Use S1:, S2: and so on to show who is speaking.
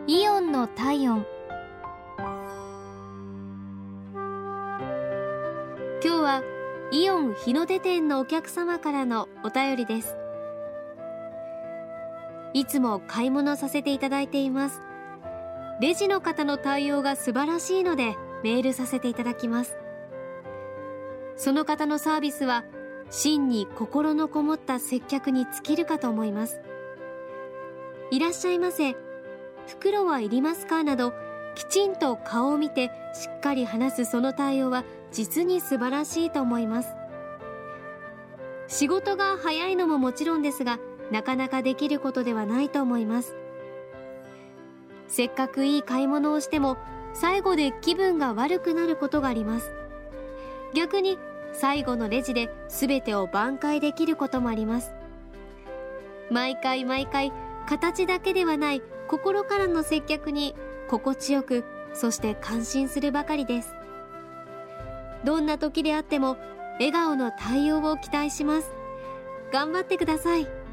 S1: イオンの体温。今日はイオン日の出店のお客様からのお便りです。いつも買い物させていただいています。レジの方の対応が素晴らしいのでメールさせていただきます。その方のサービスは真に心のこもった接客に尽きるかと思います。いらっしゃいませ、袋はいりますかなど、きちんと顔を見てしっかり話すその対応は実に素晴らしいと思います。仕事が早いのももちろんですが、なかなかできることではないと思います。せっかくいい買い物をしても最後で気分が悪くなることがあります。逆に最後のレジで全てを挽回できることもあります。毎回形だけではない心からの接客に心地よく、そして感心するばかりです。どんな時であっても笑顔の対応を期待します。頑張ってください。